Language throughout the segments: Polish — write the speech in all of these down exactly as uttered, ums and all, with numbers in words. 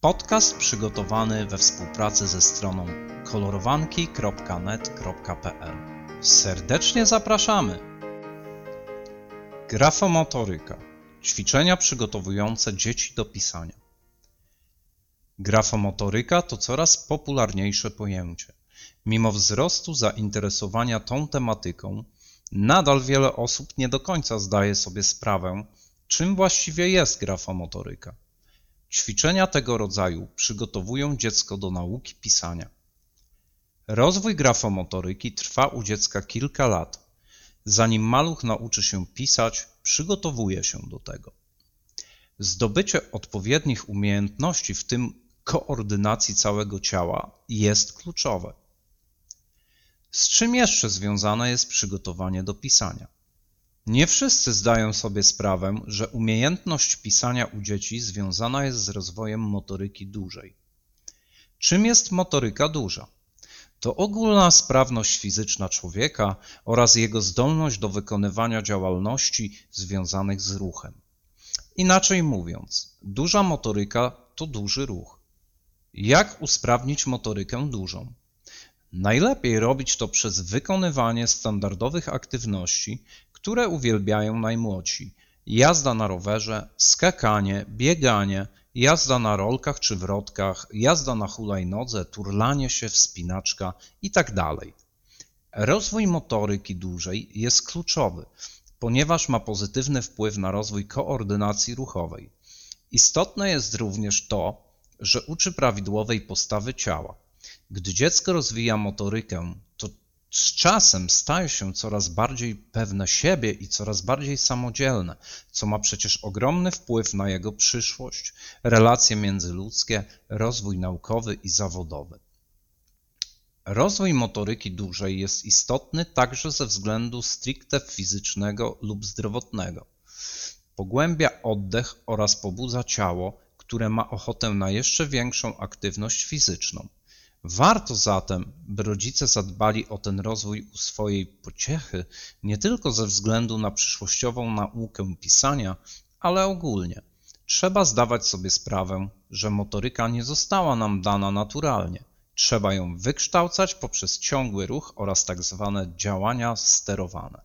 Podcast przygotowany we współpracy ze stroną kolorowanki kropka net kropka p l. Serdecznie zapraszamy! Grafomotoryka. Ćwiczenia przygotowujące dzieci do pisania. Grafomotoryka to coraz popularniejsze pojęcie. Mimo wzrostu zainteresowania tą tematyką, nadal wiele osób nie do końca zdaje sobie sprawę, czym właściwie jest grafomotoryka. Ćwiczenia tego rodzaju przygotowują dziecko do nauki pisania. Rozwój grafomotoryki trwa u dziecka kilka lat. Zanim maluch nauczy się pisać, przygotowuje się do tego. Zdobycie odpowiednich umiejętności, w tym koordynacji całego ciała, jest kluczowe. Z czym jeszcze związane jest przygotowanie do pisania? Nie wszyscy zdają sobie sprawę, że umiejętność pisania u dzieci związana jest z rozwojem motoryki dużej. Czym jest motoryka duża? To ogólna sprawność fizyczna człowieka oraz jego zdolność do wykonywania działalności związanych z ruchem. Inaczej mówiąc, duża motoryka to duży ruch. Jak usprawnić motorykę dużą? Najlepiej robić to przez wykonywanie standardowych aktywności, które uwielbiają najmłodsi. Jazda na rowerze, skakanie, bieganie, jazda na rolkach czy wrotkach, jazda na hulajnodze, turlanie się, wspinaczka itd. Rozwój motoryki dużej jest kluczowy, ponieważ ma pozytywny wpływ na rozwój koordynacji ruchowej. Istotne jest również to, że uczy prawidłowej postawy ciała. Gdy dziecko rozwija motorykę, to z czasem staje się coraz bardziej pewne siebie i coraz bardziej samodzielne, co ma przecież ogromny wpływ na jego przyszłość, relacje międzyludzkie, rozwój naukowy i zawodowy. Rozwój motoryki dużej jest istotny także ze względu stricte fizycznego lub zdrowotnego. Pogłębia oddech oraz pobudza ciało, które ma ochotę na jeszcze większą aktywność fizyczną. Warto zatem, by rodzice zadbali o ten rozwój u swojej pociechy, nie tylko ze względu na przyszłościową naukę pisania, ale ogólnie. Trzeba zdawać sobie sprawę, że motoryka nie została nam dana naturalnie. Trzeba ją wykształcać poprzez ciągły ruch oraz tak zwane działania sterowane.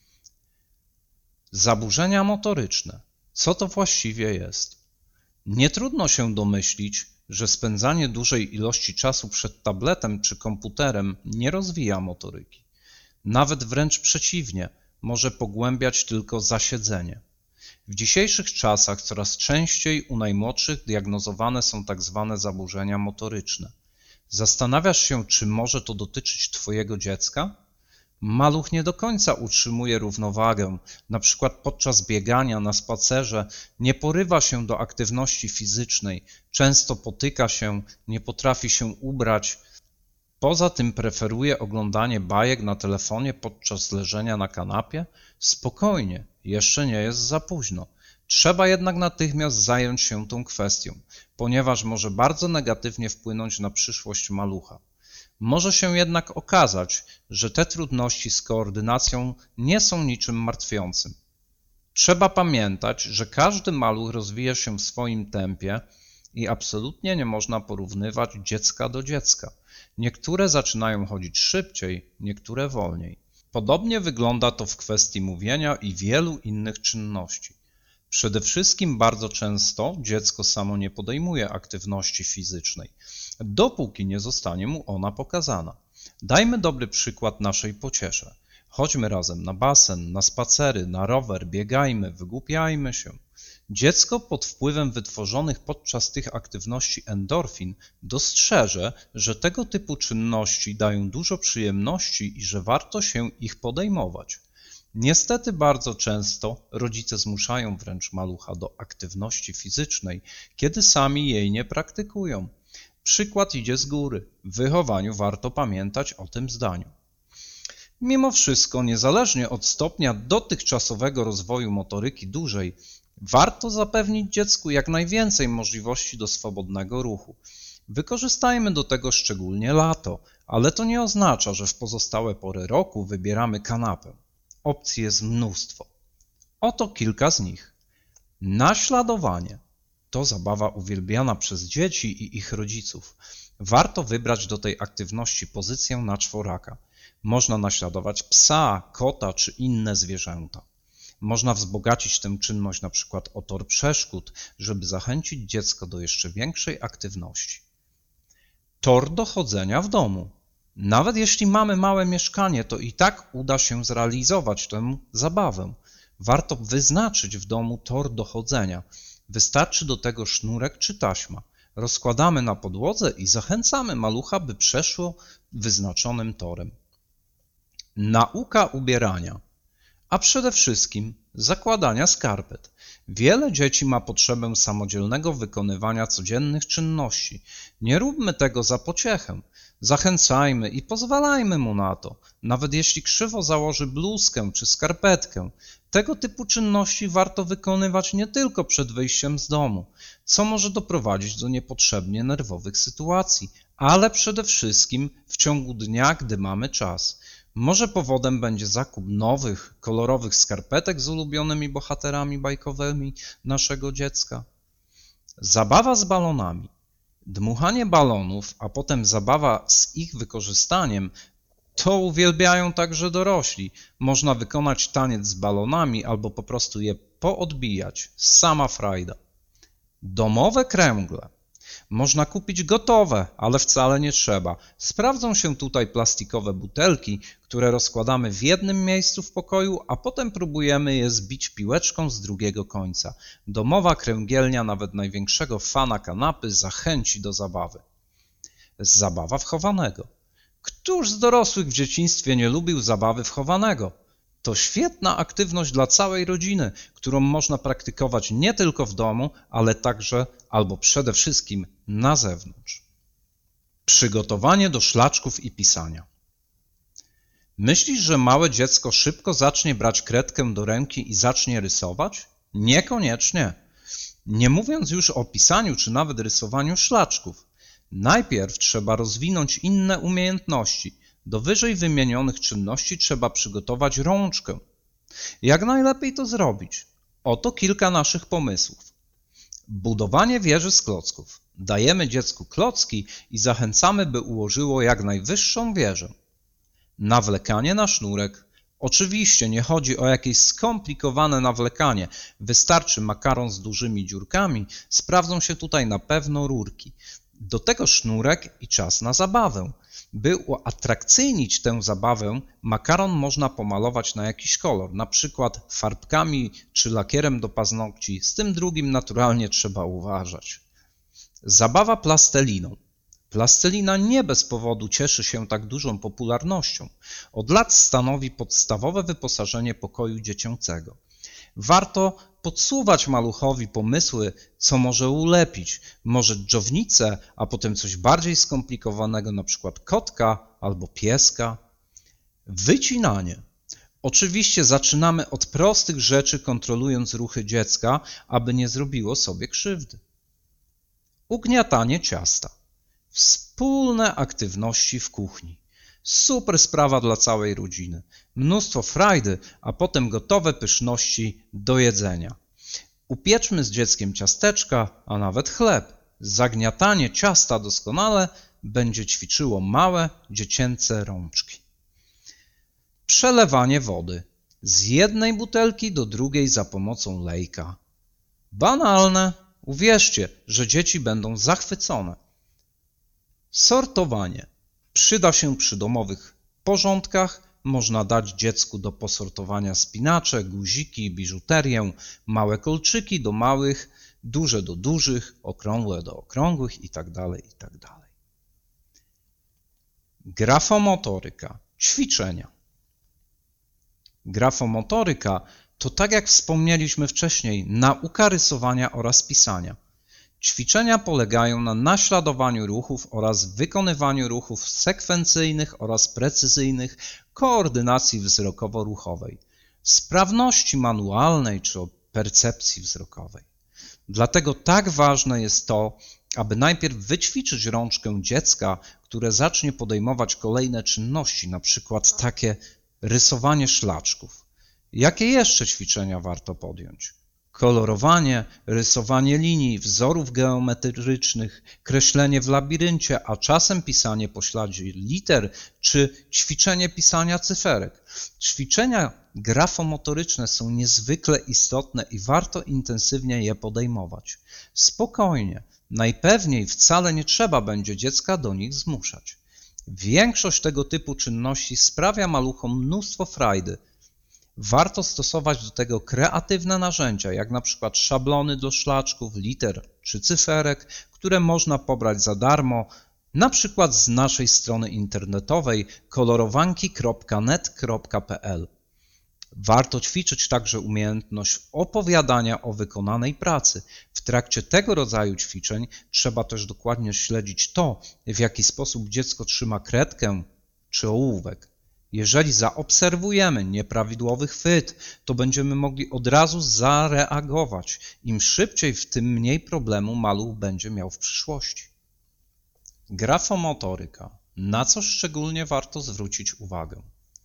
Zaburzenia motoryczne. Co to właściwie jest? Nie trudno się domyślić, że spędzanie dużej ilości czasu przed tabletem czy komputerem nie rozwija motoryki. Nawet wręcz przeciwnie, może pogłębiać tylko zasiedzenie. W dzisiejszych czasach coraz częściej u najmłodszych diagnozowane są tak zwane zaburzenia motoryczne. Zastanawiasz się, czy może to dotyczyć Twojego dziecka? Maluch nie do końca utrzymuje równowagę, na przykład podczas biegania na spacerze nie porywa się do aktywności fizycznej, często potyka się, nie potrafi się ubrać. Poza tym preferuje oglądanie bajek na telefonie podczas leżenia na kanapie? Spokojnie, jeszcze nie jest za późno. Trzeba jednak natychmiast zająć się tą kwestią, ponieważ może bardzo negatywnie wpłynąć na przyszłość malucha. Może się jednak okazać, że te trudności z koordynacją nie są niczym martwiącym. Trzeba pamiętać, że każdy maluch rozwija się w swoim tempie i absolutnie nie można porównywać dziecka do dziecka. Niektóre zaczynają chodzić szybciej, niektóre wolniej. Podobnie wygląda to w kwestii mówienia i wielu innych czynności. Przede wszystkim bardzo często dziecko samo nie podejmuje aktywności fizycznej, dopóki nie zostanie mu ona pokazana. Dajmy dobry przykład naszej pociesze. Chodźmy razem na basen, na spacery, na rower, biegajmy, wygłupiajmy się. Dziecko pod wpływem wytworzonych podczas tych aktywności endorfin dostrzeże, że tego typu czynności dają dużo przyjemności i że warto się ich podejmować. Niestety bardzo często rodzice zmuszają wręcz malucha do aktywności fizycznej, kiedy sami jej nie praktykują. Przykład idzie z góry. W wychowaniu warto pamiętać o tym zdaniu. Mimo wszystko, niezależnie od stopnia dotychczasowego rozwoju motoryki dużej, warto zapewnić dziecku jak najwięcej możliwości do swobodnego ruchu. Wykorzystajmy do tego szczególnie lato, ale to nie oznacza, że w pozostałe pory roku wybieramy kanapę. Opcji jest mnóstwo. Oto kilka z nich. Naśladowanie. to zabawa uwielbiana przez dzieci i ich rodziców, warto wybrać do tej aktywności pozycję na czworaka. Można naśladować psa, kota czy inne zwierzęta. Można wzbogacić tę czynność na przykład o tor przeszkód, żeby zachęcić dziecko do jeszcze większej aktywności. Tor do chodzenia w domu. Nawet jeśli mamy małe mieszkanie, to i tak uda się zrealizować tę zabawę. Warto wyznaczyć w domu tor do chodzenia. Wystarczy do tego sznurek czy taśma. Rozkładamy na podłodze i zachęcamy malucha, by przeszło wyznaczonym torem. Nauka ubierania, a przede wszystkim zakładania skarpet. Wiele dzieci ma potrzebę samodzielnego wykonywania codziennych czynności. Nie róbmy tego za pociechę. Zachęcajmy i pozwalajmy mu na to, nawet jeśli krzywo założy bluzkę czy skarpetkę. Tego typu czynności warto wykonywać nie tylko przed wyjściem z domu, co może doprowadzić do niepotrzebnie nerwowych sytuacji, ale przede wszystkim w ciągu dnia, gdy mamy czas. Może powodem będzie zakup nowych, kolorowych skarpetek z ulubionymi bohaterami bajkowymi naszego dziecka. Zabawa z balonami. Dmuchanie balonów, a potem zabawa z ich wykorzystaniem, to uwielbiają także dorośli. Można wykonać taniec z balonami albo po prostu je poodbijać. Sama frajda. Domowe kręgle. Można kupić gotowe, ale wcale nie trzeba. Sprawdzą się tutaj plastikowe butelki, które rozkładamy w jednym miejscu w pokoju, a potem próbujemy je zbić piłeczką z drugiego końca. Domowa kręgielnia nawet największego fana kanapy zachęci do zabawy. Zabawa w chowanego. Któż z dorosłych w dzieciństwie nie lubił zabawy w chowanego? To świetna aktywność dla całej rodziny, którą można praktykować nie tylko w domu, ale także albo przede wszystkim na zewnątrz. Przygotowanie do szlaczków i pisania. Myślisz, że małe dziecko szybko zacznie brać kredkę do ręki i zacznie rysować? Niekoniecznie. Nie mówiąc już o pisaniu czy nawet rysowaniu szlaczków. Najpierw trzeba rozwinąć inne umiejętności. Do wyżej wymienionych czynności trzeba przygotować rączkę. Jak najlepiej to zrobić? Oto kilka naszych pomysłów. Budowanie wieży z klocków. Dajemy dziecku klocki i zachęcamy, by ułożyło jak najwyższą wieżę. Nawlekanie na sznurek. Oczywiście nie chodzi o jakieś skomplikowane nawlekanie. Wystarczy makaron z dużymi dziurkami. Sprawdzą się tutaj na pewno rurki. Do tego sznurek i czas na zabawę. By uatrakcyjnić tę zabawę, makaron można pomalować na jakiś kolor, na przykład farbkami czy lakierem do paznokci. Z tym drugim naturalnie trzeba uważać. Zabawa plastelliną. Plastelina nie bez powodu cieszy się tak dużą popularnością. Od lat stanowi podstawowe wyposażenie pokoju dziecięcego. Warto podsuwać maluchowi pomysły, co może ulepić, może dżownicę, a potem coś bardziej skomplikowanego, na przykład kotka albo pieska. Wycinanie. Oczywiście zaczynamy od prostych rzeczy, kontrolując ruchy dziecka, aby nie zrobiło sobie krzywdy. Ugniatanie ciasta. Wspólne aktywności w kuchni. Super sprawa dla całej rodziny. Mnóstwo frajdy, a potem gotowe pyszności do jedzenia. Upieczmy z dzieckiem ciasteczka, a nawet chleb. Zagniatanie ciasta doskonale będzie ćwiczyło małe, dziecięce rączki. Przelewanie wody. Z jednej butelki do drugiej za pomocą lejka. Banalne. Uwierzcie, że dzieci będą zachwycone. Sortowanie. Przyda się przy domowych porządkach. Można dać dziecku do posortowania spinacze, guziki, biżuterię, małe kolczyki do małych, duże do dużych, okrągłe do okrągłych itd. itd. Grafomotoryka. Ćwiczenia. Grafomotoryka to, tak jak wspomnieliśmy wcześniej, nauka rysowania oraz pisania. Ćwiczenia polegają na naśladowaniu ruchów oraz wykonywaniu ruchów sekwencyjnych oraz precyzyjnych, koordynacji wzrokowo-ruchowej, sprawności manualnej czy percepcji wzrokowej. Dlatego tak ważne jest to, aby najpierw wyćwiczyć rączkę dziecka, które zacznie podejmować kolejne czynności, na przykład takie rysowanie szlaczków. Jakie jeszcze ćwiczenia warto podjąć? Kolorowanie, rysowanie linii, wzorów geometrycznych, kreślenie w labiryncie, a czasem pisanie po śladzie liter czy ćwiczenie pisania cyferek. Ćwiczenia grafomotoryczne są niezwykle istotne i warto intensywnie je podejmować. Spokojnie, najpewniej wcale nie trzeba będzie dziecka do nich zmuszać. Większość tego typu czynności sprawia maluchom mnóstwo frajdy. Warto stosować do tego kreatywne narzędzia, jak na przykład szablony do szlaczków, liter czy cyferek, które można pobrać za darmo, na przykład z naszej strony internetowej kolorowanki kropka net kropka p l. Warto ćwiczyć także umiejętność opowiadania o wykonanej pracy. W trakcie tego rodzaju ćwiczeń trzeba też dokładnie śledzić to, w jaki sposób dziecko trzyma kredkę czy ołówek. Jeżeli zaobserwujemy nieprawidłowy chwyt, to będziemy mogli od razu zareagować. Im szybciej, w tym mniej problemu maluch będzie miał w przyszłości. Grafomotoryka. Na co szczególnie warto zwrócić uwagę?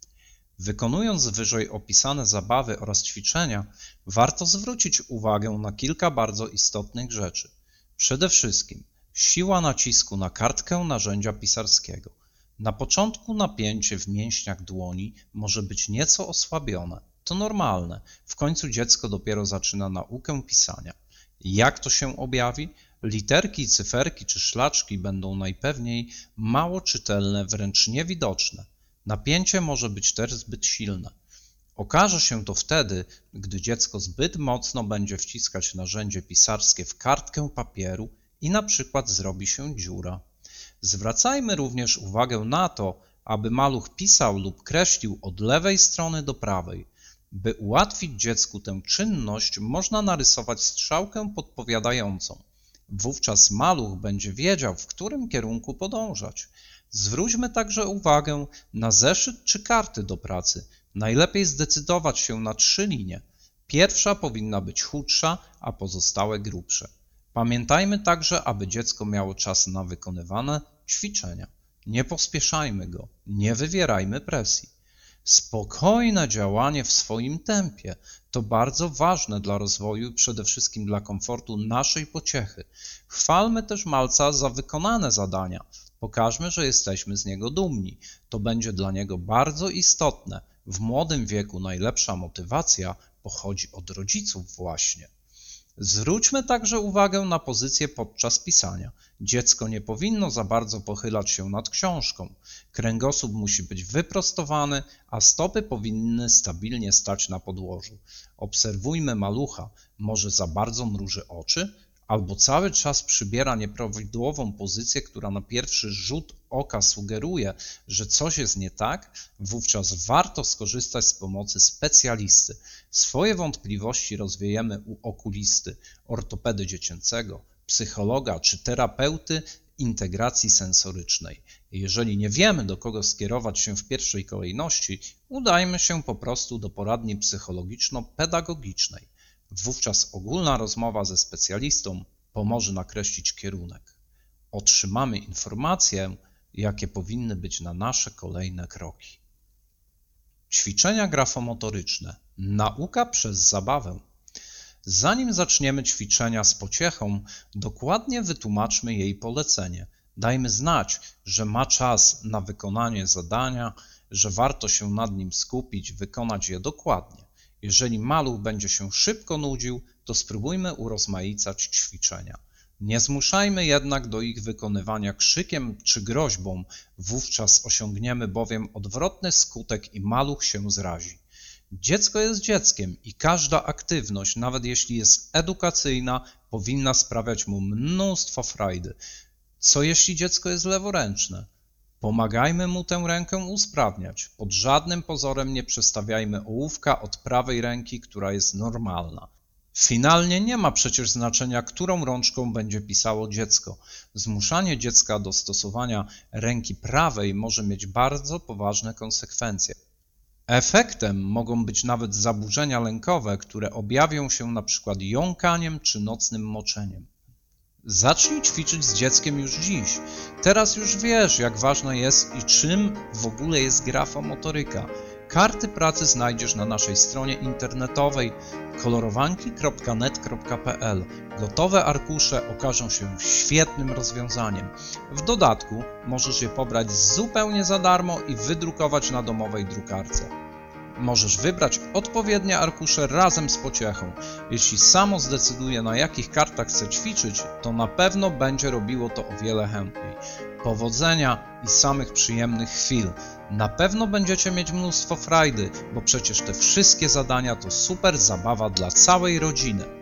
Wykonując wyżej opisane zabawy oraz ćwiczenia, warto zwrócić uwagę na kilka bardzo istotnych rzeczy. Przede wszystkim siła nacisku na kartkę narzędzia pisarskiego. Na początku napięcie w mięśniach dłoni może być nieco osłabione. To normalne, w końcu dziecko dopiero zaczyna naukę pisania. Jak to się objawi? Literki, cyferki czy szlaczki będą najpewniej mało czytelne, wręcz niewidoczne. Napięcie może być też zbyt silne. Okaże się to wtedy, gdy dziecko zbyt mocno będzie wciskać narzędzie pisarskie w kartkę papieru i na przykład zrobi się dziura. Zwracajmy również uwagę na to, aby maluch pisał lub kreślił od lewej strony do prawej. By ułatwić dziecku tę czynność, można narysować strzałkę podpowiadającą. Wówczas maluch będzie wiedział, w którym kierunku podążać. Zwróćmy także uwagę na zeszyt czy karty do pracy. Najlepiej zdecydować się na trzy linie. Pierwsza powinna być chudsza, a pozostałe grubsze. Pamiętajmy także, aby dziecko miało czas na wykonywane ćwiczenia. Nie pospieszajmy go, nie wywierajmy presji. Spokojne działanie w swoim tempie to bardzo ważne dla rozwoju i przede wszystkim dla komfortu naszej pociechy. Chwalmy też malca za wykonane zadania. Pokażmy, że jesteśmy z niego dumni. To będzie dla niego bardzo istotne. W młodym wieku najlepsza motywacja pochodzi od rodziców właśnie. Zwróćmy także uwagę na pozycję podczas pisania. Dziecko nie powinno za bardzo pochylać się nad książką. Kręgosłup musi być wyprostowany, a stopy powinny stabilnie stać na podłożu. Obserwujmy malucha. Może za bardzo mruży oczy? Albo cały czas przybiera nieprawidłową pozycję, która na pierwszy rzut oka sugeruje, że coś jest nie tak, wówczas warto skorzystać z pomocy specjalisty. Swoje wątpliwości rozwiejemy u okulisty, ortopedy dziecięcego, psychologa czy terapeuty integracji sensorycznej. Jeżeli nie wiemy, do kogo skierować się w pierwszej kolejności, udajmy się po prostu do poradni psychologiczno-pedagogicznej. Wówczas ogólna rozmowa ze specjalistą pomoże nakreślić kierunek. Otrzymamy informacje, jakie powinny być na nasze kolejne kroki. Ćwiczenia grafomotoryczne. Nauka przez zabawę. Zanim zaczniemy ćwiczenia z pociechą, dokładnie wytłumaczmy jej polecenie. Dajmy znać, że ma czas na wykonanie zadania, że warto się nad nim skupić, wykonać je dokładnie. Jeżeli maluch będzie się szybko nudził, to spróbujmy urozmaicać ćwiczenia. Nie zmuszajmy jednak do ich wykonywania krzykiem czy groźbą, wówczas osiągniemy bowiem odwrotny skutek i maluch się zrazi. Dziecko jest dzieckiem i każda aktywność, nawet jeśli jest edukacyjna, powinna sprawiać mu mnóstwo frajdy. Co jeśli dziecko jest leworęczne? Pomagajmy mu tę rękę usprawniać. Pod żadnym pozorem nie przestawiajmy ołówka od prawej ręki, która jest normalna. Finalnie nie ma przecież znaczenia, którą rączką będzie pisało dziecko. Zmuszanie dziecka do stosowania ręki prawej może mieć bardzo poważne konsekwencje. Efektem mogą być nawet zaburzenia lękowe, które objawią się np. jąkaniem czy nocnym moczeniem. Zacznij ćwiczyć z dzieckiem już dziś. Teraz już wiesz, jak ważne jest i czym w ogóle jest grafomotoryka. Karty pracy znajdziesz na naszej stronie internetowej kolorowanki kropka net kropka p l. Gotowe arkusze okażą się świetnym rozwiązaniem. W dodatku możesz je pobrać zupełnie za darmo i wydrukować na domowej drukarce. Możesz wybrać odpowiednie arkusze razem z pociechą. Jeśli samo zdecyduje, na jakich kartach chce ćwiczyć, to na pewno będzie robiło to o wiele chętniej. Powodzenia i samych przyjemnych chwil. Na pewno będziecie mieć mnóstwo frajdy, bo przecież te wszystkie zadania to super zabawa dla całej rodziny.